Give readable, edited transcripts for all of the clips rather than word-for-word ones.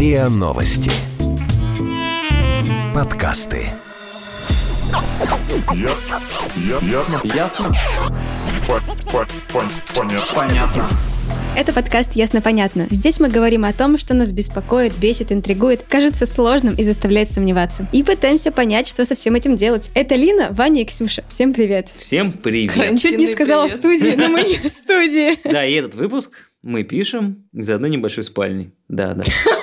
РИА Новости. Подкасты. Ясно. Понятно. Это подкаст «Ясно-понятно». Здесь мы говорим о том, что нас беспокоит, бесит, интригует, кажется сложным и заставляет сомневаться. И пытаемся понять, что со всем этим делать. Это Лина, Ваня и Ксюша. Всем привет. Всем привет. Чуть не сказала привет. В студии, но мы не в студии. Да, и этот выпуск мы пишем из одной небольшой спальни. Да.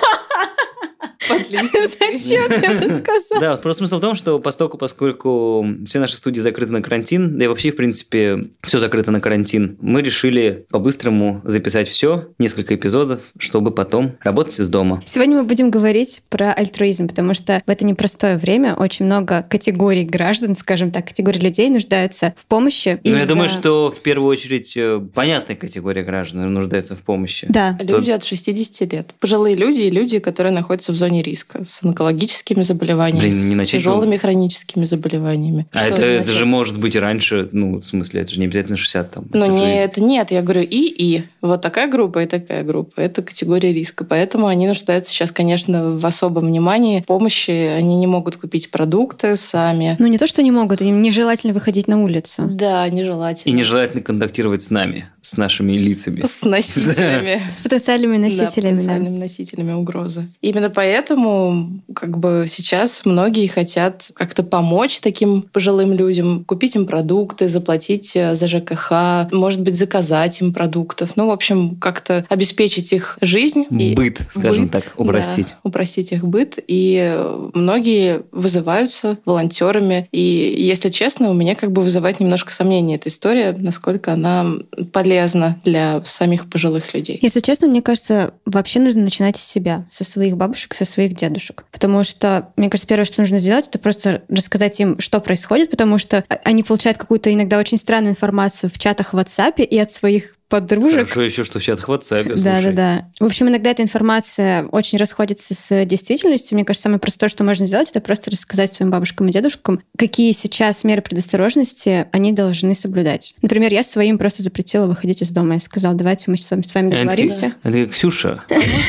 Зачем ты это сказал? Да, просто смысл в том, что поскольку все наши студии закрыты на карантин, да и вообще, в принципе, все закрыто на карантин, мы решили по-быстрому записать все, несколько эпизодов, чтобы потом работать из дома. Сегодня мы будем говорить про альтруизм, потому что в это непростое время очень много категорий граждан, скажем так, категорий людей нуждаются в помощи. Я думаю, что в первую очередь понятная категория граждан нуждается в помощи. Да. Люди от 60 лет. Пожилые люди и люди, которые находятся в зоне риска с онкологическими заболеваниями, с тяжелыми хроническими заболеваниями. Это же может быть и раньше, в смысле, это же не обязательно 60 там. Нет, я говорю и. Вот такая группа и такая группа. Это категория риска. Поэтому они нуждаются сейчас, конечно, в особом внимании, помощи. Они не могут купить продукты сами. Не то, что не могут, им нежелательно выходить на улицу. Да, нежелательно. И нежелательно контактировать с нами, с нашими лицами. С носителями. С потенциальными носителями. Да, потенциальными носителями угрозы. Именно поэтому сейчас многие хотят как-то помочь таким пожилым людям, купить им продукты, заплатить за ЖКХ, может быть, заказать им продуктов. В общем, как-то обеспечить их жизнь. Быт, скажем так, упростить. Да, упростить их быт. И многие вызываются волонтерами. И, если честно, у меня вызывает немножко сомнения эта история, насколько она полезна для самих пожилых людей. Если честно, мне кажется, вообще нужно начинать с себя, со своих бабушек, со своих дедушек. Потому что, мне кажется, первое, что нужно сделать, это просто рассказать им, что происходит, потому что они получают какую-то иногда очень странную информацию в чатах в WhatsApp и от своих подружек. Хорошо еще, что в чатах в WhatsApp, слушай. Да. В общем, иногда эта информация очень расходится с действительностью. Мне кажется, самое простое, что можно сделать, это просто рассказать своим бабушкам и дедушкам, какие сейчас меры предосторожности они должны соблюдать. Например, я своим просто запретила выходить из дома. Я сказала, давайте мы с вами договоримся. Ксюша,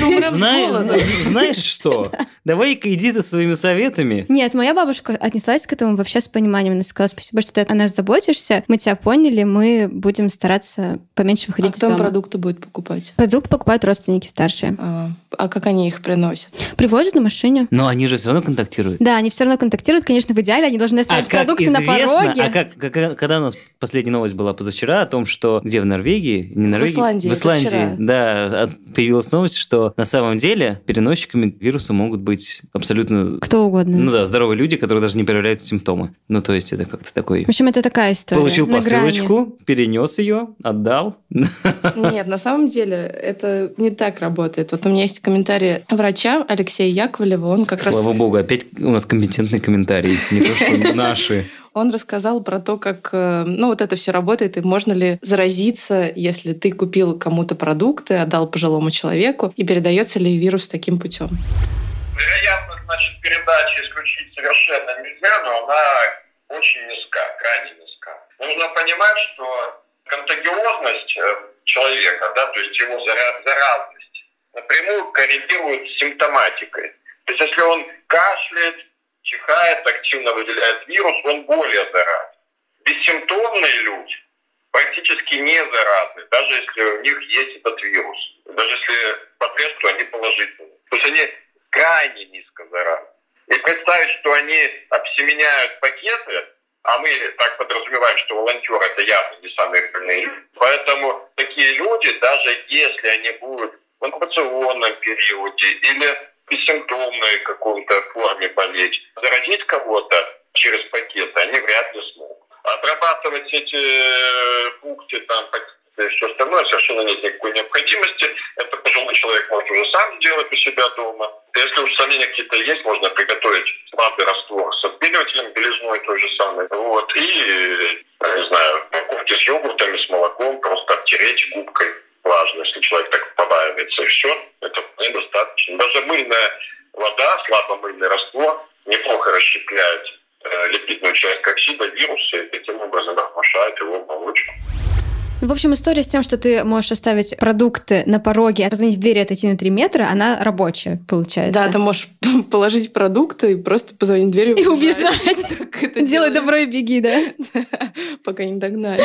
знаешь что? Давай-ка иди ты своими советами. Нет, моя бабушка отнеслась к этому вообще с пониманием. Она сказала, спасибо, что ты о нас заботишься. Мы тебя поняли, мы будем стараться поменьше выходить из дома. Кто продукты будет покупать? Продукты покупают родственники старшие. А как они их приносят? Привозят на машине. Но они же все равно контактируют. Да, они все равно контактируют. Конечно, в идеале они должны оставить продукты на пороге. Когда у нас последняя новость была позавчера о том, что где в Норвегии? Не Норвегии? В Исландии, да, появилась новость, что на самом деле переносчиками вируса могут быть абсолютно... Кто угодно. Здоровые люди, которые даже не проявляют симптомы. То есть это как-то такой... В общем, это такая история. Получил посылочку, перенес ее, отдал. Нет, на самом деле это не так работает. Вот у меня есть комментарий врача Алексея Яковлева. Он как раз... Слава богу, опять у нас компетентный комментарий, не то что наши. Он рассказал про то, как это все работает, и можно ли заразиться, если ты купил кому-то продукты, отдал пожилому человеку, и передается ли вирус таким путем. Вероятность, передачи исключить совершенно нельзя, но она очень низка, крайне низка. Нужно понимать, что контагиозность человека, то есть его заразность, напрямую коррелирует с симптоматикой. То есть если он кашляет, чихает, активно выделяет вирус, он более заразен. Бессимптомные люди практически не заразны, даже если у них есть этот вирус. Даже если по тесту они положительные. То есть они крайне низко заразны. И представить, что они обсеменяют пакеты, а мы так подразумеваем, что волонтеры это явно не самые больные. Поэтому такие люди, даже если они будут в инкубационном периоде или бессимптомной какой-то форме болеть, заразить кого-то через пакеты они вряд ли смогут. Отрабатывать эти пункты, и все остальное совершенно нет никакой необходимости. Это пожилой человек может уже сам сделать у себя дома. Если уж сомнения какие-то есть, можно приготовить слабый раствор с отбеливателем белизной той же самой. И, упаковки с йогуртами, с молоком, просто обтереть губкой влажно, если человек так побаивается. И все, это недостаточно. Даже мыльная вода, слабомыльный раствор неплохо расщепляет липидную часть оксида вируса и таким образом разрушает его оболочку. В общем, история с тем, что ты можешь оставить продукты на пороге, позвонить в дверь и отойти на 3 метра, она рабочая, получается. Да, ты можешь положить продукты и просто позвонить в дверь и убежать. Делай добро и беги, да? Пока не догнали.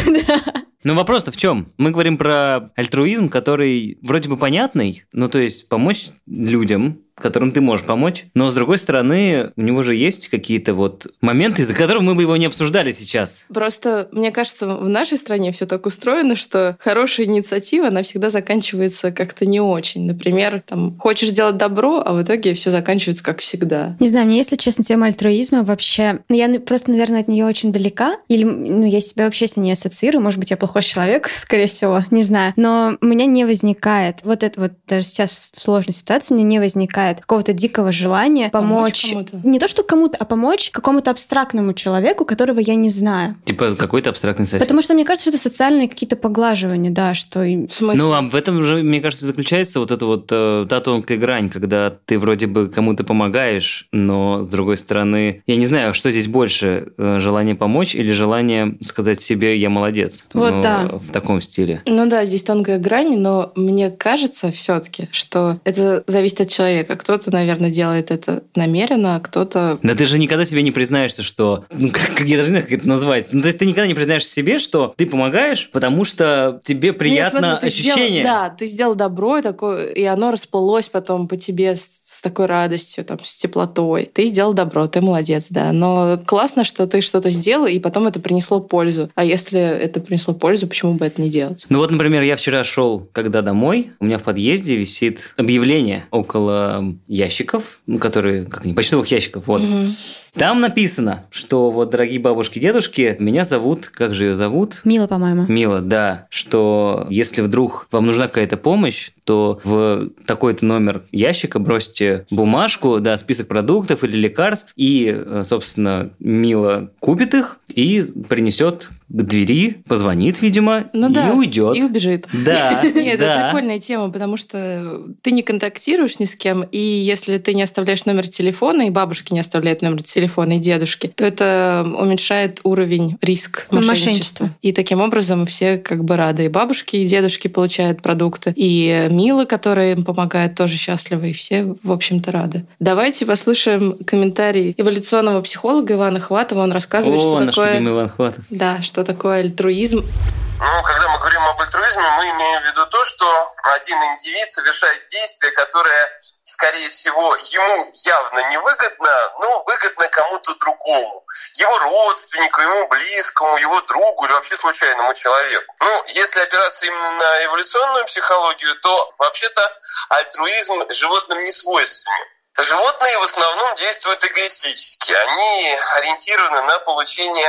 Но вопрос-то в чем? Мы говорим про альтруизм, который вроде бы понятный, ну то есть помочь людям, которым ты можешь помочь, но с другой стороны, у него же есть какие-то вот моменты, из-за которых мы бы его не обсуждали сейчас. Просто, мне кажется, в нашей стране все так устроено, что хорошая инициатива, она всегда заканчивается как-то не очень. Например, там, хочешь сделать добро, а в итоге все заканчивается как всегда. Не знаю, мне, если честно, тема альтруизма вообще... Я просто, наверное, от нее очень далека. Или я себя вообще с ней не ассоциирую. Может быть, я плохой человек, скорее всего, не знаю. Но у меня не возникает, вот это вот даже сейчас в сложной ситуации, у меня не возникает какого-то дикого желания помочь кому-то. Не то, что кому-то, а помочь какому-то абстрактному человеку, которого я не знаю. Типа какой-то абстрактный сосед. Потому что мне кажется, что это социальные какие-то поглаживания, да, что... В смысле? Ну, а в этом же, мне кажется, заключается вот эта вот та тонкая грань, когда ты вроде бы кому-то помогаешь, но, с другой стороны, я не знаю, что здесь больше, желание помочь или желание сказать себе «я молодец». Вот, да. В таком стиле. Ну да, здесь тонкая грань, но мне кажется все-таки, что это зависит от человека. Кто-то, наверное, делает это намеренно, а кто-то... Да ты же никогда себе не признаешься, что... Ну, я даже не знаю, как это назвать. Ну, то есть ты никогда не признаешься себе, что ты помогаешь, потому что тебе приятно ощущение. Ты сделал добро, и оно расплылось потом по тебе с такой радостью, там, с теплотой. Ты сделал добро, ты молодец, да. Но классно, что ты что-то сделал, и потом это принесло пользу. А если это принесло пользу, почему бы это не делать? Ну вот, например, я вчера шел, когда домой, у меня в подъезде висит объявление около ящиков, которые, как они, почтовых ящиков, вот. Угу. Там написано, что вот, дорогие бабушки, дедушки, меня зовут, как же ее зовут? Мила, по-моему. Мила, да. Что если вдруг вам нужна какая-то помощь, то в такой-то номер ящика бросьте бумажку, да, список продуктов или лекарств, и, собственно, Мила купит их и принесет к двери, позвонит, видимо, и уйдет. И убежит. Да. Нет, это прикольная тема, потому что ты не контактируешь ни с кем, и если ты не оставляешь номер телефона, и бабушки не оставляют номер телефона, и дедушки, то это уменьшает уровень риска мошенничества. И таким образом все как бы рады. И бабушки, и дедушки получают продукты, и Милы, которые им помогают, тоже счастливы, и все, в общем-то, рады. Давайте послушаем комментарий эволюционного психолога Ивана Хватова. Он рассказывает, что наш такое... любимый Иван Хватов. Да, что такое альтруизм. Ну, когда мы говорим об альтруизме, мы имеем в виду то, что один индивид совершает действие, которое, скорее всего, ему явно невыгодно, но выгодно кому-то другому. Его родственнику, ему близкому, его другу или вообще случайному человеку. Ну, если опираться именно на эволюционную психологию, то вообще-то альтруизм животным не свойственен. Животные в основном действуют эгоистически. Они ориентированы на получение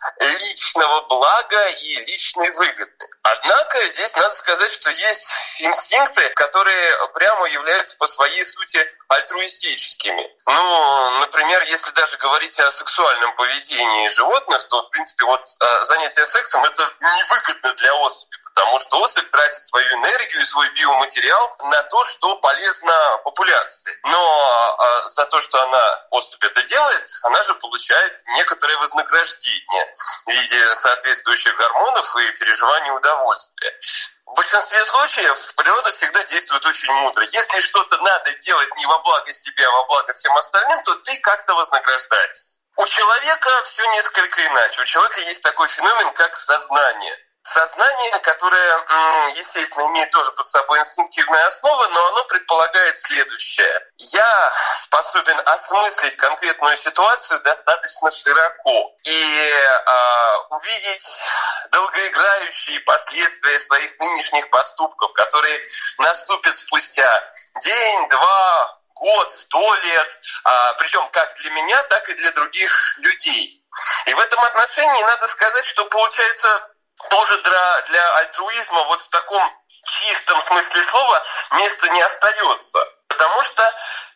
личного блага и личной выгоды. Однако здесь надо сказать, что есть инстинкты, которые прямо являются по своей сути альтруистическими. Ну, например, если даже говорить о сексуальном поведении животных, то, в принципе, вот занятие сексом – это невыгодно для особи, потому что особь тратит свою энергию и свой биоматериал на то, что полезно популяции. Но за то, что особь это делает, она же получает некоторое вознаграждение в виде соответствующих гормонов и переживания удовольствия. В большинстве случаев природа всегда действует очень мудро. Если что-то надо делать не во благо себе, а во благо всем остальным, то ты как-то вознаграждаешься. У человека все несколько иначе. У человека есть такой феномен, как сознание. Сознание, которое, естественно, имеет тоже под собой инстинктивные основы, но оно предполагает следующее. Я способен осмыслить конкретную ситуацию достаточно широко и увидеть долгоиграющие последствия своих нынешних поступков, которые наступят спустя день, два, год, 100 лет, причем как для меня, так и для других людей. И в этом отношении надо сказать, что получается тоже для альтруизма вот в таком чистом смысле слова места не остается. Потому что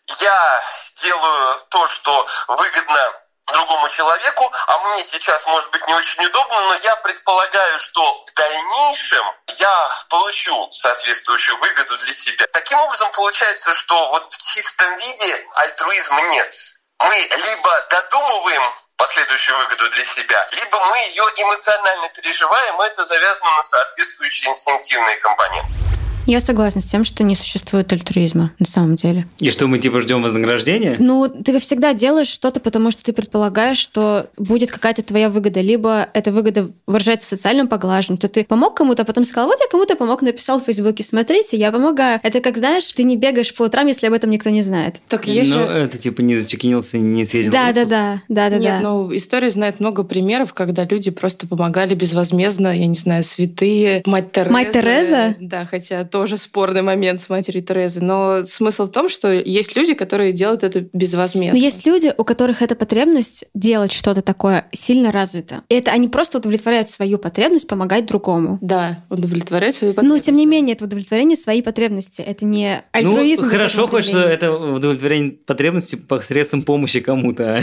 я делаю то, что выгодно другому человеку, а мне сейчас может быть не очень удобно, но я предполагаю, что в дальнейшем я получу соответствующую выгоду для себя. Таким образом, получается, что вот в чистом виде альтруизма нет. Мы либо додумываем последующую выгоду для себя, либо мы ее эмоционально переживаем, и это завязано на соответствующие инстинктивные компоненты. Я согласна с тем, что не существует альтруизма на самом деле. И что, мы типа ждем вознаграждения? Ну, ты всегда делаешь что-то, потому что ты предполагаешь, что будет какая-то твоя выгода. Либо эта выгода выражается социальным поглаживанием. То ты помог кому-то, а потом сказал, вот я кому-то помог, написал в Фейсбуке, смотрите, я помогаю. Это как, знаешь, ты не бегаешь по утрам, если об этом никто не знает. Так есть Ну, же... это типа не зачекинился, не съездил. Да. Нет, ну, история знает много примеров, когда люди просто помогали безвозмездно, я не знаю, святые, мать Тереза. Мать Тереза? Да, хотя тоже спорный момент с матерью Терезы. Но смысл в том, что есть люди, которые делают это безвозмездно. Но есть люди, у которых эта потребность делать что-то такое сильно развита. И это они просто удовлетворяют свою потребность помогать другому. Да, удовлетворяют свою потребность. Но, тем не менее, это удовлетворение своей потребности. Это не альтруизм. Ну, хорошо, хоть что это удовлетворение потребности посредством помощи кому-то.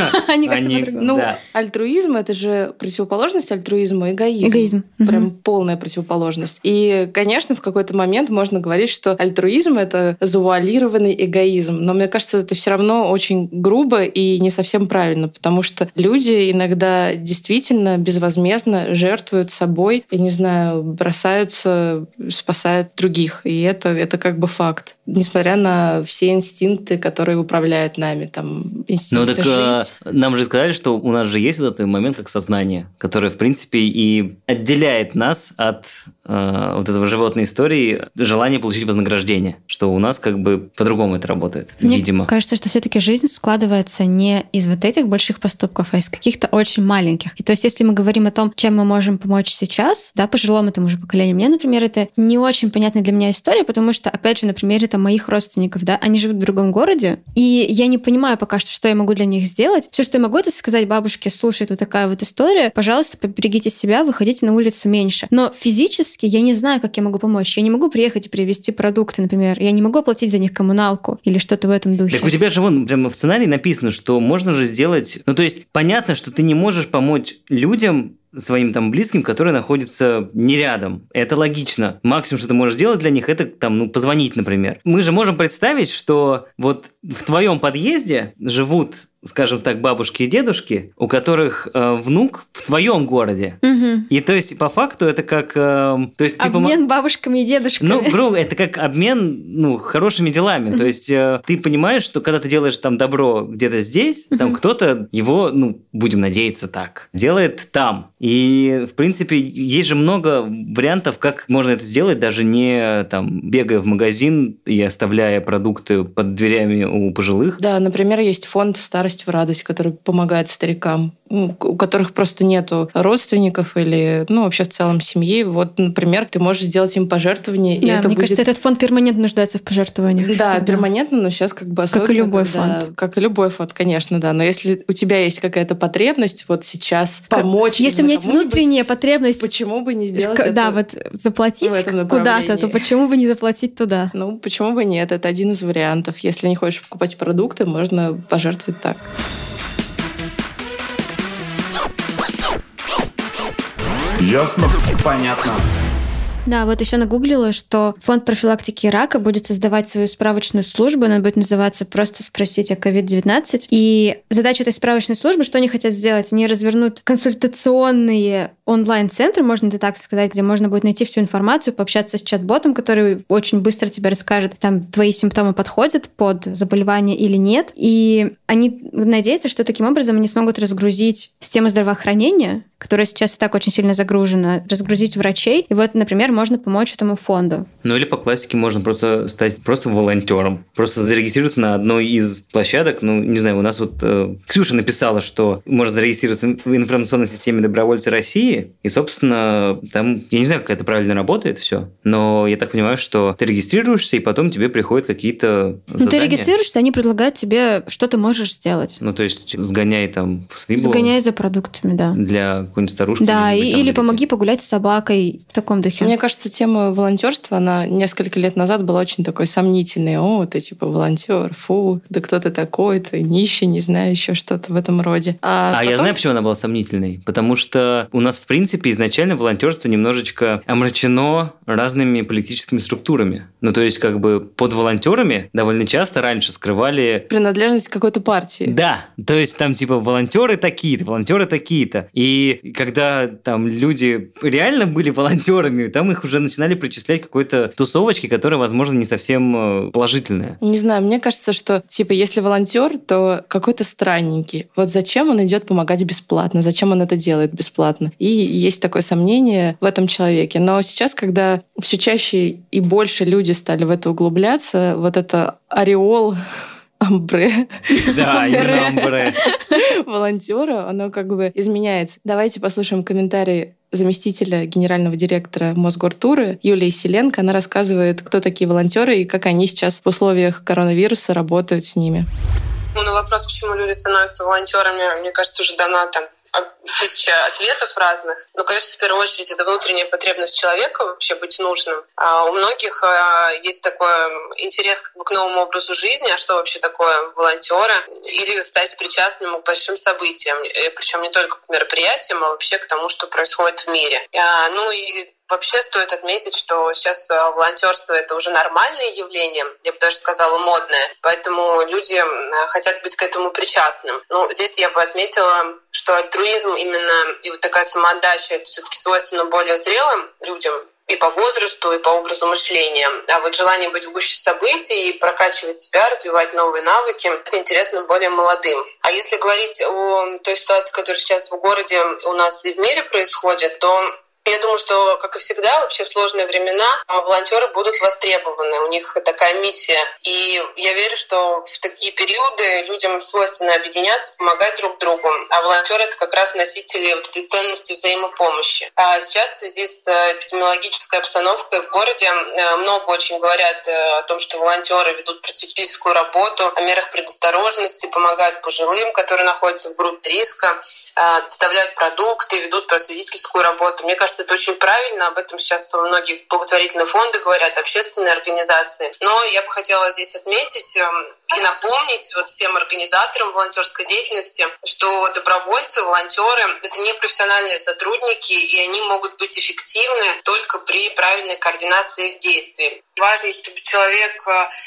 Ну, альтруизм — это же противоположность альтруизму — эгоизм. Эгоизм. Прям полная противоположность. И, конечно, в какой-то момент можно говорить, что альтруизм — это завуалированный эгоизм. Но мне кажется, это все равно очень грубо и не совсем правильно, потому что люди иногда действительно безвозмездно жертвуют собой, я не знаю, бросаются, спасают других. И это как бы факт. Несмотря на все инстинкты, которые управляют нами, там, инстинкты жить. Нам же сказали, что у нас же есть вот этот момент как сознание, которое, в принципе, и отделяет нас от вот этого животной истории желания получить вознаграждение, что у нас как бы по-другому это работает, видимо. Мне кажется, что все-таки жизнь складывается не из вот этих больших поступков, а из каких-то очень маленьких. И то есть, если мы говорим о том, чем мы можем помочь сейчас, да, пожилому этому же поколению, мне, например, это не очень понятная для меня история, потому что, опять же, на примере там моих родственников, да, они живут в другом городе, и я не понимаю пока что я могу для них сделать. Все, что я могу, это сказать бабушке: слушай, вот такая вот история, пожалуйста, поберегите себя, выходите на улицу меньше. Но физически я не знаю, как я могу помочь. Я не могу приехать и привезти продукты, например. Я не могу оплатить за них коммуналку или что-то в этом духе. Так у тебя же вон прямо в сценарии написано, что можно же сделать... Ну, то есть, понятно, что ты не можешь помочь людям, своим там близким, которые находятся не рядом. Это логично. Максимум, что ты можешь сделать для них, это там, ну, позвонить, например. Мы же можем представить, что вот в твоем подъезде живут, скажем так, бабушки и дедушки, у которых внук в твоем городе. Угу. И то есть, по факту, это как... то есть, обмен бабушками и дедушками. Ну, грубо, это как обмен, ну, хорошими делами. То есть, ты понимаешь, что когда ты делаешь там добро где-то здесь, там кто-то его, ну, будем надеяться так, делает там. И, в принципе, есть же много вариантов, как можно это сделать, даже не там бегая в магазин и оставляя продукты под дверями у пожилых. Да, например, есть фонд «Старость в радость», который помогает старикам, у которых просто нету родственников или, ну, вообще в целом семьи. Вот, например, ты можешь сделать им пожертвование, да, и это мне будет... кажется, этот фонд перманентно нуждается в пожертвованиях. Да, всегда. перманентно, но сейчас как бы особенно... Как и любой фонд. Как и любой фонд, конечно, да. Но если у тебя есть какая-то потребность вот сейчас помочь... Если у меня есть внутренняя потребность... Почему бы не сделать это? Да, вот заплатить куда-то, то почему бы не заплатить туда? Ну, почему бы нет? Это один из вариантов. Если не хочешь покупать продукты, можно пожертвовать так. Ясно? Понятно. Да, вот еще нагуглила, что фонд профилактики рака будет создавать свою справочную службу, она будет называться «Просто спросить о COVID-19». И задача этой справочной службы, что они хотят сделать? Они развернут консультационные онлайн-центры, можно это так сказать, где можно будет найти всю информацию, пообщаться с чат-ботом, который очень быстро тебе расскажет, там, твои симптомы подходят под заболевание или нет. И они надеются, что таким образом они смогут разгрузить систему здравоохранения, которая сейчас и так очень сильно загружена, разгрузить врачей. И вот, например, можно помочь этому фонду. Ну или по классике можно просто стать просто волонтером. Просто зарегистрироваться на одной из площадок. Ну, не знаю, у нас вот Ксюша написала, что можно зарегистрироваться в информационной системе добровольцы России. И, собственно, там, я не знаю, как это правильно работает все, но я так понимаю, что ты регистрируешься, и потом тебе приходят какие-то задания. Ну, ты регистрируешься, они предлагают тебе, что ты можешь сделать. Ну, то есть, сгоняй там в Свибло. Сгоняй за продуктами, да. Для какой-нибудь старушки. Да, или помоги погулять с собакой в таком духе. Мне кажется, тема волонтерства, она несколько лет назад была очень такой сомнительной. О, ты типа волонтер, фу, да кто ты такой, ты нищий, не знаю, еще что-то в этом роде. Потом... я знаю, почему она была сомнительной. Потому что у нас, в принципе, изначально волонтерство немножечко омрачено разными политическими структурами. Ну, то есть, как бы под волонтерами довольно часто раньше скрывали... принадлежность к какой-то партии. Да, то есть там типа волонтеры такие-то. И когда там люди реально были волонтерами, там их уже начинали причислять к какой-то тусовочке, которая, возможно, не совсем положительная. Не знаю, мне кажется, что типа если волонтер, то какой-то странненький. Вот зачем он идет помогать бесплатно? Зачем он это делает бесплатно? И есть такое сомнение в этом человеке. Но сейчас, когда все чаще и больше люди стали в это углубляться, вот это ореол амбре. Да, именно амбре. Волонтера, оно как бы изменяется. Давайте послушаем комментарий заместителя генерального директора Мосгортуры Юлии Селенко. Она рассказывает, кто такие волонтеры и как они сейчас в условиях коронавируса работают с ними. На вопрос, почему люди становятся волонтерами, мне кажется, уже дана там 1000 ответов разных. Ну, конечно, в первую очередь, это внутренняя потребность человека вообще быть нужным. А у многих есть такой интерес как бы к новому образу жизни, а что вообще такое волонтеры, или стать причастным к большим событиям, причем не только к мероприятиям, а вообще к тому, что происходит в мире. Ну и вообще стоит отметить, что сейчас волонтерство — это уже нормальное явление, я бы даже сказала, модное, поэтому люди хотят быть к этому причастным. Ну, здесь я бы отметила, что альтруизм именно и вот такая самоотдача — это все-таки свойственно более зрелым людям, и по возрасту, и по образу мышления. А вот желание быть в гуще событий и прокачивать себя, развивать новые навыки — это интересно более молодым. А если говорить о той ситуации, которая сейчас в городе у нас и в мире происходит, то я думаю, что, как и всегда, вообще в сложные времена волонтеры будут востребованы. У них такая миссия. И я верю, что в такие периоды людям свойственно объединяться, помогать друг другу. А волонтеры — это как раз носители вот этой ценности взаимопомощи. А сейчас в связи с эпидемиологической обстановкой в городе много очень говорят о том, что волонтеры ведут просветительскую работу, о мерах предосторожности, помогают пожилым, которые находятся в группе риска, доставляют продукты, ведут просветительскую работу. Мне кажется, это очень правильно. Об этом сейчас многие благотворительные фонды говорят, общественные организации. Но я бы хотела здесь отметить и напомнить вот всем организаторам волонтерской деятельности, что добровольцы, волонтеры — это не профессиональные сотрудники, и они могут быть эффективны только при правильной координации их действий. Важно, чтобы человек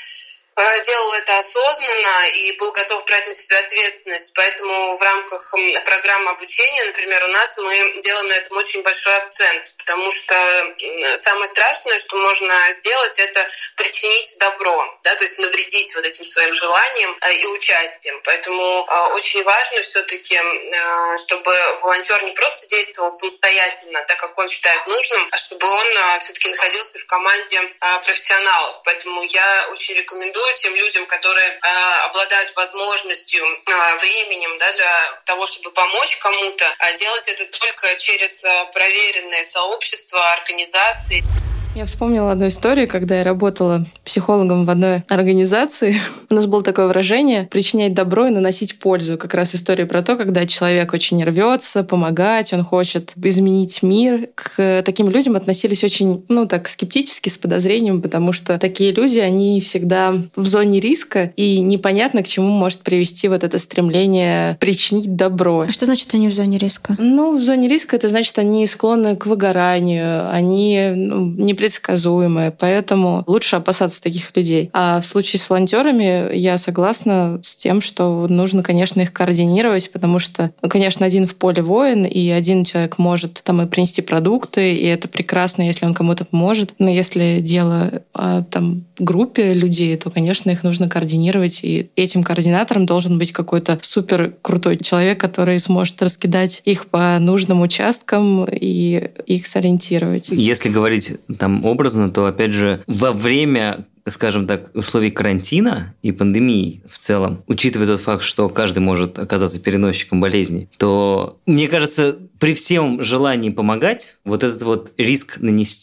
делал это осознанно и был готов брать на себя ответственность. Поэтому в рамках программы обучения, например, у нас мы делаем на этом очень большой акцент, потому что самое страшное, что можно сделать, это причинить добро, да, то есть навредить вот этим своим желанием и участием. Поэтому очень важно все-таки, чтобы волонтер не просто действовал самостоятельно, так как он считает нужным, а чтобы он все-таки находился в команде профессионалов. Поэтому я очень рекомендую тем людям, которые обладают возможностью, временем, да, для того, чтобы помочь кому-то, делать это только через проверенные сообщества, организации. Я вспомнила одну историю, когда я работала психологом в одной организации. У нас было такое выражение «причинять добро и наносить пользу». Как раз история про то, когда человек очень рвется помогать, он хочет изменить мир. К таким людям относились очень, так, скептически, с подозрением, потому что такие люди, они всегда в зоне риска, и непонятно, к чему может привести вот это стремление причинить добро. А что значит они в зоне риска? В зоне риска это значит, они склонны к выгоранию, они непредсказуемые, поэтому лучше опасаться таких людей. А в случае с волонтерами я согласна с тем, что нужно, конечно, их координировать, потому что, конечно, один в поле воин, и один человек может там и принести продукты, и это прекрасно, если он кому-то поможет. Но если дело о группе людей, то, конечно, их нужно координировать, и этим координатором должен быть какой-то супер крутой человек, который сможет раскидать их по нужным участкам и их сориентировать. Если говорить образно, то, опять же, во время, скажем так, условий карантина и пандемии в целом, учитывая тот факт, что каждый может оказаться переносчиком болезни, то, мне кажется, при всем желании помогать, вот этот вот риск нанести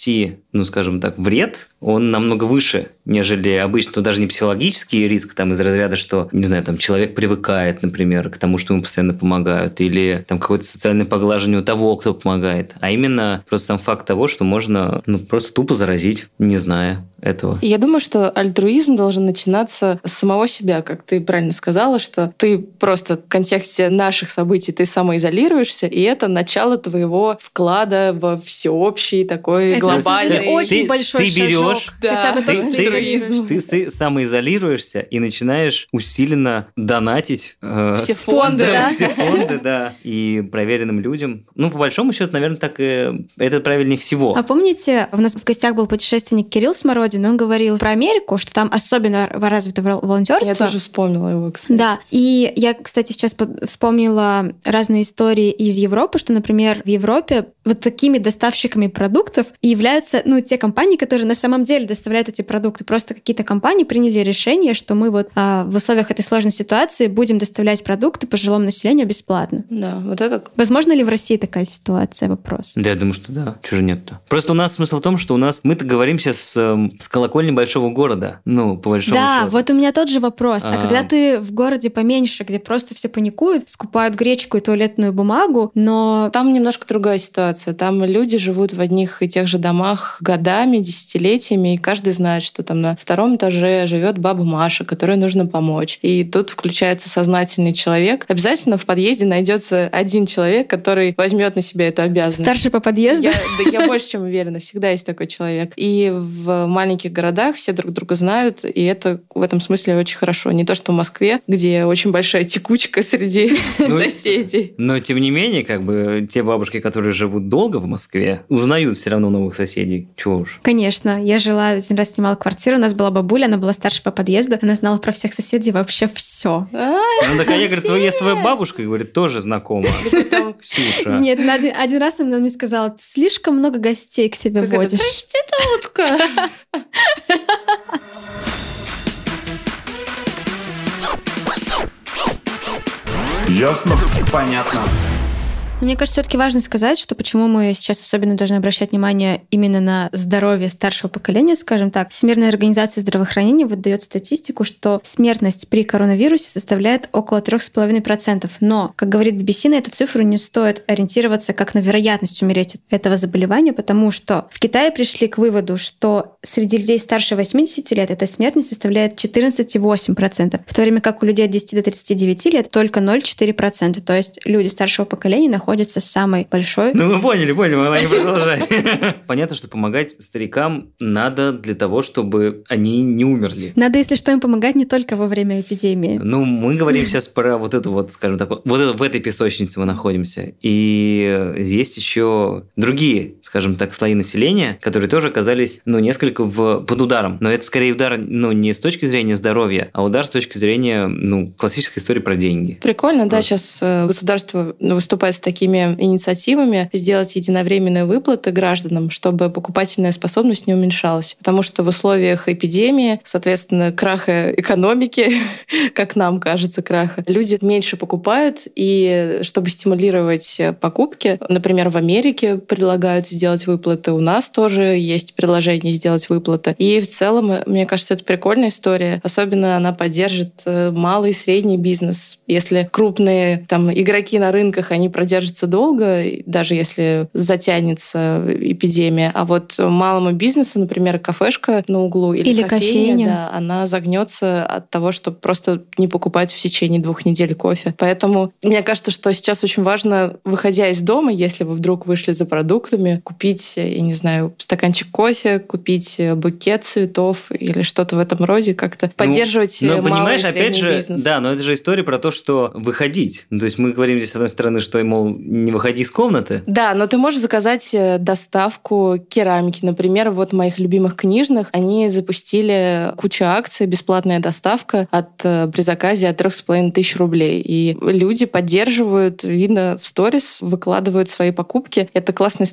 скажем так, вред, он намного выше, нежели обычно, даже не психологический риск там из разряда, что, не знаю, там человек привыкает, например, к тому, что ему постоянно помогают, или там какое-то социальное поглаживание у того, кто помогает, а именно просто сам факт того, что можно просто тупо заразить, не зная этого. Я думаю, что альтруизм должен начинаться с самого себя, как ты правильно сказала, что ты просто в контексте наших событий ты самоизолируешься, и это начало твоего вклада во всеобщий такой это глобальный... Это очень большой ты берешь, шажок. Хотя бы то, что ты изолируешься. Ты самоизолируешься и начинаешь усиленно донатить все фонды, все фонды, да, и проверенным людям. По большому счету, наверное, так это правильнее всего. А помните, у нас в гостях был путешественник Кирилл Смородин, он говорил про Америку, что там особенно развито волонтерство. Я тоже вспомнила его, кстати. Да, и я, кстати, сейчас вспомнила разные истории из Европы, что, например, в Европе вот такими доставщиками продуктов являются, те компании, которые на самом деле доставляют эти продукты. Просто какие-то компании приняли решение, что мы в условиях этой сложной ситуации будем доставлять продукты пожилому населению бесплатно. Да, вот это... Возможно ли в России такая ситуация? Вопрос. Да, я думаю, что да. Чего же нет-то? Просто у нас смысл в том, что мы-то говорим сейчас с колокольни большого города. По большому счету. Вот у меня тот же вопрос. А когда ты в городе поменьше, где просто все паникуют, скупают гречку и туалетную бумагу, но... Там немножко другая ситуация. Там люди живут в одних и тех же домах годами, десятилетиями, и каждый знает, что там на 2-м этаже живет баба Маша, которой нужно помочь. И тут включается сознательный человек. Обязательно в подъезде найдется один человек, который возьмет на себя эту обязанность. Старший по подъезду? Я больше чем уверена. Всегда есть такой человек. И в маленьких городах все друг друга знают, и это в этом смысле очень хорошо. Не то, что в Москве, где очень большая текучка среди соседей. Но, тем не менее, те бабушки, которые живут долго в Москве, узнают все равно новых соседей. Чего уж. Конечно. Я жила один раз, снимала квартиру, у нас была бабуля, она была старше по подъезду, она знала про всех соседей вообще все. Так я говорю, есть твоя бабушка, говорит, тоже знакома. Ксюша. Нет, один раз она мне сказала, ты слишком много гостей к себе водишь. Проститутка. Ясно? Понятно. Но мне кажется, все-таки важно сказать, что почему мы сейчас особенно должны обращать внимание именно на здоровье старшего поколения, скажем так. Всемирная организация здравоохранения выдает статистику, что смертность при коронавирусе составляет около 3,5%. Но, как говорит BBC, на эту цифру не стоит ориентироваться как на вероятность умереть от этого заболевания, потому что в Китае пришли к выводу, что среди людей старше 80 лет эта смертность составляет 14,8%, в то время как у людей от 10 до 39 лет только 0,4%. То есть люди старшего поколения находятся в самой большой... Мы поняли, мы не продолжать. Понятно, что помогать старикам надо для того, чтобы они не умерли. Надо, если что, им помогать не только во время эпидемии. Мы говорим сейчас про вот это скажем так, в этой песочнице мы находимся. И есть еще другие, скажем так, слои населения, которые тоже оказались, несколько под ударом. Но это скорее удар, не с точки зрения здоровья, а удар с точки зрения, классической истории про деньги. Прикольно, да, сейчас государство выступает с такими инициативами сделать единовременные выплаты гражданам, чтобы покупательная способность не уменьшалась. Потому что в условиях эпидемии, соответственно, краха экономики, как нам кажется, краха, люди меньше покупают, и чтобы стимулировать покупки, например, в Америке предлагают сделать выплаты, у нас тоже есть предложение сделать выплаты. И в целом, мне кажется, это прикольная история. Особенно она поддержит малый и средний бизнес. Если крупные игроки на рынках, они продержатся долго, даже если затянется эпидемия. А вот малому бизнесу, например, кафешка на углу или кофейня, да, она загнется от того, чтобы просто не покупать в течение 2 недель кофе. Поэтому мне кажется, что сейчас очень важно, выходя из дома, если вы вдруг вышли за продуктами, купить, я не знаю, стаканчик кофе, купить букет цветов или что-то в этом роде, как-то поддерживать малый и средний бизнес. Да, но это же история про то, что выходить. То есть мы говорим здесь, с одной стороны, что, мол, не выходи из комнаты. Да, но ты можешь заказать доставку керамики. Например, вот моих любимых книжных, они запустили кучу акций, бесплатная доставка при заказе от 3500 рублей. И люди поддерживают, видно, в сторис, выкладывают свои покупки. Это классная история, потому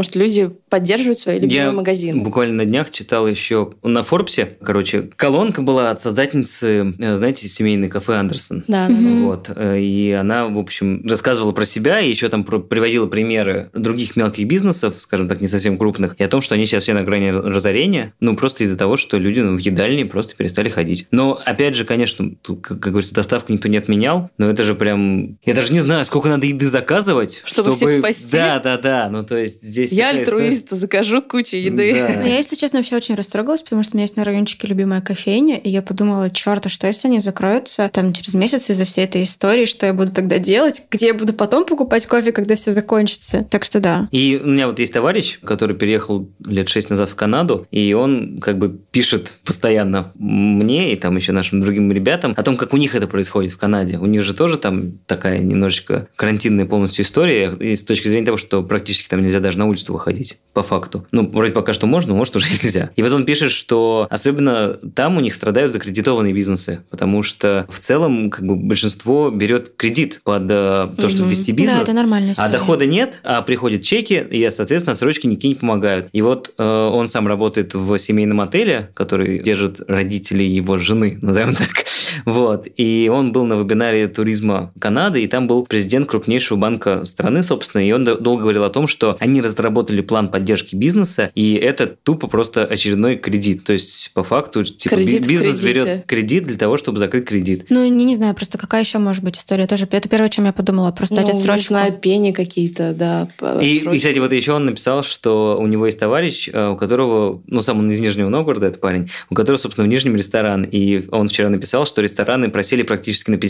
потому что люди поддерживают свои любимые магазины. Я буквально на днях читал еще на Форбсе, колонка была от создательницы, знаете, семейной кафе Андерсон. Да. Вот. И она, в общем, рассказывала про себя и еще там приводила примеры других мелких бизнесов, скажем так, не совсем крупных, и о том, что они сейчас все на грани разорения, просто из-за того, что люди в едальне просто перестали ходить. Но, опять же, конечно, тут, как говорится, доставку никто не отменял, но это же прям... Я даже не знаю, сколько надо еды заказывать, чтобы всех спасти. Да. То есть здесь... Я альтруист, закажу кучу еды. Да. Я, если честно, вообще очень растрогалась, потому что у меня есть на райончике любимая кофейня, и я подумала, черт, а что если они закроются там через месяц из-за всей этой истории, что я буду тогда делать, где я буду потом покупать кофе, когда все закончится. Так что да. И у меня вот есть товарищ, который переехал лет 6 назад в Канаду, и он как бы пишет постоянно мне и там еще нашим другим ребятам о том, как у них это происходит в Канаде. У них же тоже там такая немножечко карантинная полностью история, и с точки зрения того, что практически там нельзя даже на улицу выходить, по факту. Вроде пока что можно, но может уже нельзя. И вот он пишет, что особенно там у них страдают закредитованные бизнесы, потому что в целом как бы большинство берет кредит под то, чтобы вести бизнес. Да, это нормальная история. А дохода нет, а приходят чеки, и, соответственно, отсрочки никакие не помогают. И вот он сам работает в семейном отеле, который держит родители его жены, назовем так. Вот. И он был на вебинаре туризма Канады, и там был президент крупнейшего банка страны, собственно, и он долго говорил о том, что они разработали план поддержки бизнеса, и это тупо просто очередной кредит. То есть, по факту, типа, бизнес берет кредит для того, чтобы закрыть кредит. Не знаю, просто какая еще может быть история? Тоже это первое, о чем я подумала, просто дать отсрочку. Не знаю, пени какие-то, да. И, кстати, вот еще он написал, что у него есть товарищ, у которого, сам он из Нижнего Новгорода, этот парень, у которого, собственно, в Нижнем ресторан, и он вчера написал, что рестораны просели практически на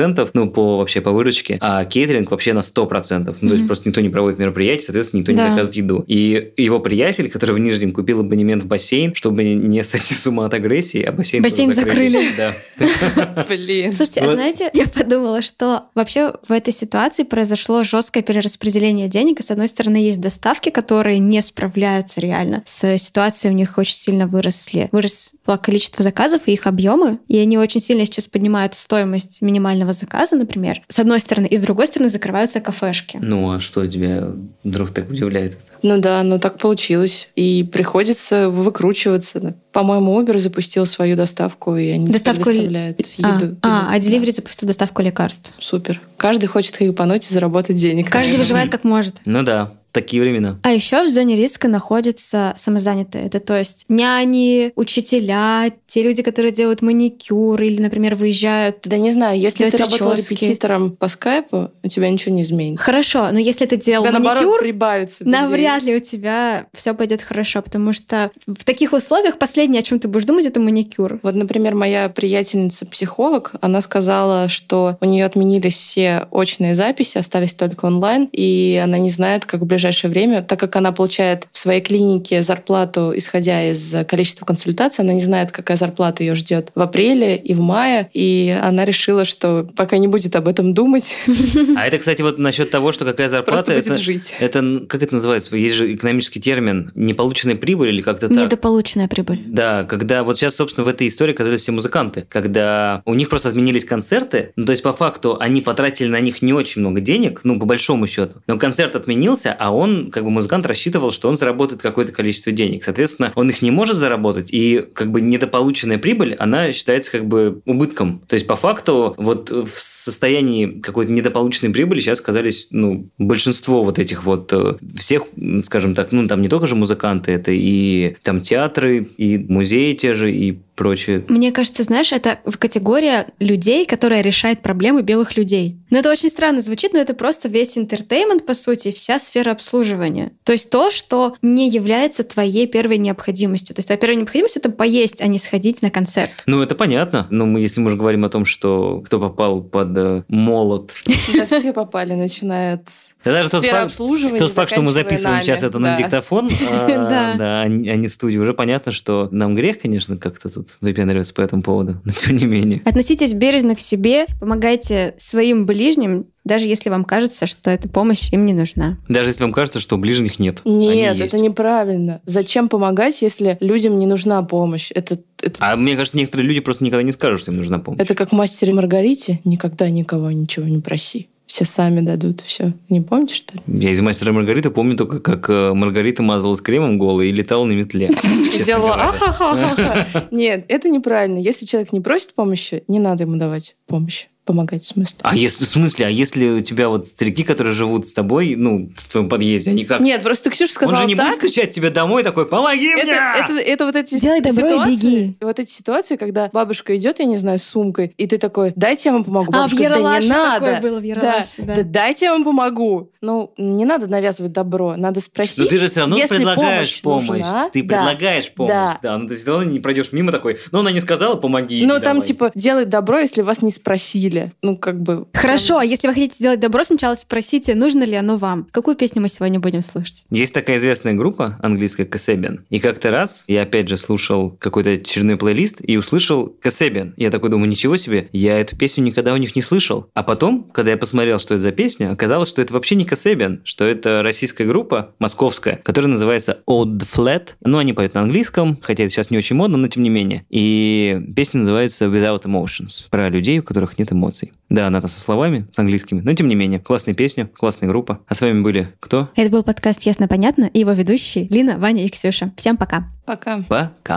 50%, по выручке, а кейтеринг вообще на 100%. То есть просто никто не проводит мероприятия, соответственно, никто не заказывает еду. И его приятель, который в Нижнем купил абонемент в бассейн, чтобы не сойти с ума от агрессии, а бассейн закрыли. Да. Блин. Слушайте, а знаете, я подумала, что вообще в этой ситуации произошло жесткое перераспределение денег, и с одной стороны есть доставки, которые не справляются реально с ситуацией, у них очень сильно выросло количество заказов и их объемы, и они очень сильно сейчас поднимают стоимость минимального заказа, например, с одной стороны, и с другой стороны закрываются кафешки. А что тебя вдруг так удивляет? Так получилось. И приходится выкручиваться. По-моему, Uber запустил свою доставку, и они предоставляют еду. А Delivery запустил доставку лекарств. Супер. Каждый хочет хайпануть и заработать денег. Каждый выживает как может. Такие времена. А еще в зоне риска находятся самозанятые. Это то есть няни, учителя, те люди, которые делают маникюр или, например, выезжают. Да не знаю, если ты прически. работал репетитором по скайпу, у тебя ничего не изменится. Хорошо, но если ты делал маникюр, наоборот, прибавится навряд ли у тебя все пойдет хорошо, потому что в таких условиях последнее, о чем ты будешь думать, это маникюр. Вот, например, моя приятельница-психолог, она сказала, что у нее отменились все очные записи, остались только онлайн, и она не знает, как в ближайшее время, так как она получает в своей клинике зарплату, исходя из количества консультаций, она не знает, какая зарплата ее ждет в апреле и в мае, и она решила, что пока не будет об этом думать. А это, кстати, вот насчет того, что какая зарплата, просто будет жить. Это, как это называется? Есть же экономический термин неполученная прибыль или как-то так? Недополученная прибыль. Да, когда вот сейчас, собственно, в этой истории оказались все музыканты, когда у них просто отменились концерты, то есть по факту они потратили на них не очень много денег, по большому счету, но концерт отменился, а он, музыкант рассчитывал, что он заработает какое-то количество денег. Соответственно, он их не может заработать, и недополученная прибыль, она считается убытком. То есть по факту вот в состоянии какой-то недополученной прибыли сейчас оказались, большинство этих всех, скажем так, там не только же музыканты, это и там театры, и музеи те же, и прочее. Мне кажется, знаешь, это категория людей, которая решает проблемы белых людей. Это очень странно звучит, но это просто весь интертеймент, по сути, вся сфера обслуживания. То есть то, что не является твоей первой необходимостью. То есть твоя первая необходимость — это поесть, а не сходить на концерт. Это понятно. Но если мы уже говорим о том, что кто попал под молот... Да все попали, начиная от сферы обслуживания, тот факт, что мы записываем сейчас это на диктофон, а не в студии, уже понятно, что нам грех, конечно, как-то тут выпендриваться по этому поводу, но тем не менее. Относитесь бережно к себе, помогайте своим ближним, даже если вам кажется, что эта помощь им не нужна. Даже если вам кажется, что у ближних нет. Нет, это неправильно. Зачем помогать, если людям не нужна помощь? А мне кажется, некоторые люди просто никогда не скажут, что им нужна помощь. Это как в «Мастере и Маргарите». Никогда никого ничего не проси. все сами дадут, все. Не помните, что ли? Я из «Мастера и Маргариты» помню только, как Маргарита мазалась кремом голой и летала на метле. И делала ахахахаха. Нет, это неправильно. Если человек не просит помощи, не надо ему давать помощь. Помогать, в смысле. А если у тебя вот старики, которые живут с тобой, в твоем подъезде, они как... Нет, просто Ксюша сказала так... Он же не будет стучать тебе домой такой: «Помоги мне!» Это вот эти Делай добро ситуации, и беги. вот эти ситуации, когда бабушка идет, я не знаю, с сумкой, и ты такой: дайте я вам помогу. Бабушка: в да Ералаше не надо. такое было, в Ералаше, да. Да, дайте я вам помогу. Не надо навязывать добро, надо спросить. Но ты же все равно если предлагаешь помощь. Нужна, ты предлагаешь помощь. Да. Ты все равно не пройдешь мимо такой: она не сказала, помоги. Там делать добро, если вас не спросили. Хорошо, если вы хотите сделать добро, сначала спросите, нужно ли оно вам. Какую песню мы сегодня будем слушать? Есть такая известная группа английская Kasabian. И как-то раз я опять же слушал какой-то очередной плейлист и услышал Kasabian. Я такой думаю: ничего себе, я эту песню никогда у них не слышал. А потом, когда я посмотрел, что это за песня, оказалось, что это вообще не Kasabian, что это российская группа, московская, которая называется Odd Flat. Они поют на английском, хотя это сейчас не очень модно, но тем не менее. И песня называется Without Emotions. Про людей, у которых нет эмоций. Да, она со словами, с английскими, но тем не менее. Классная песня, классная группа. А с вами были кто? Это был подкаст «Ясно-понятно» и его ведущие Лина, Ваня и Ксюша. Всем пока. Пока. Пока.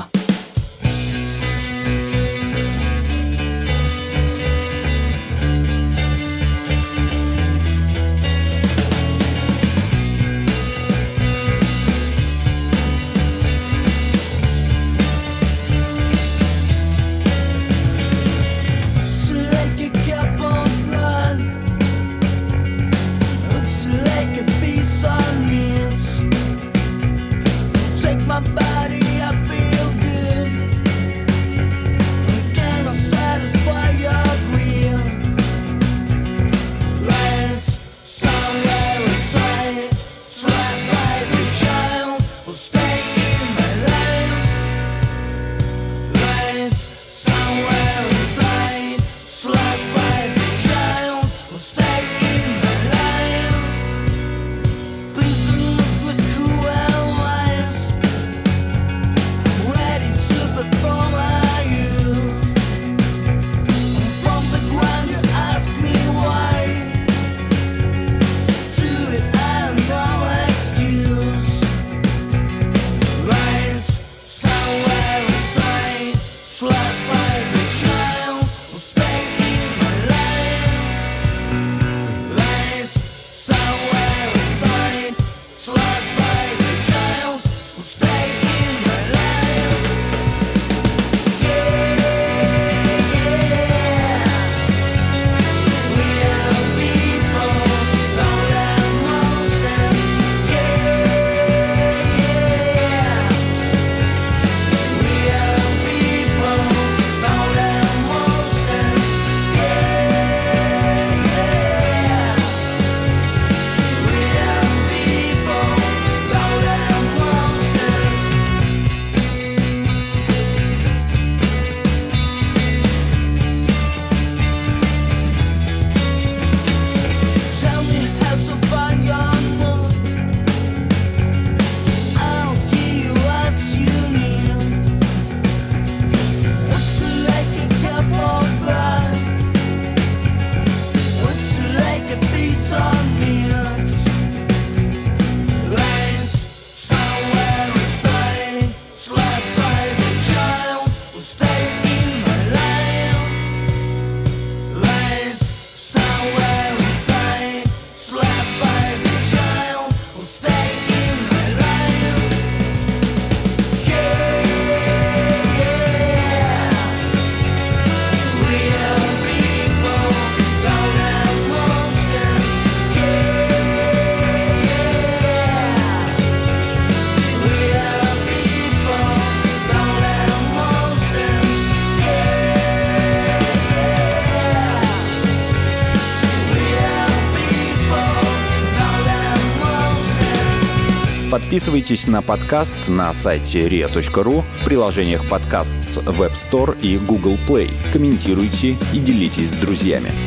Подписывайтесь на подкаст на сайте ria.ru, в приложениях подкаст с Web Store и Google Play. Комментируйте и делитесь с друзьями.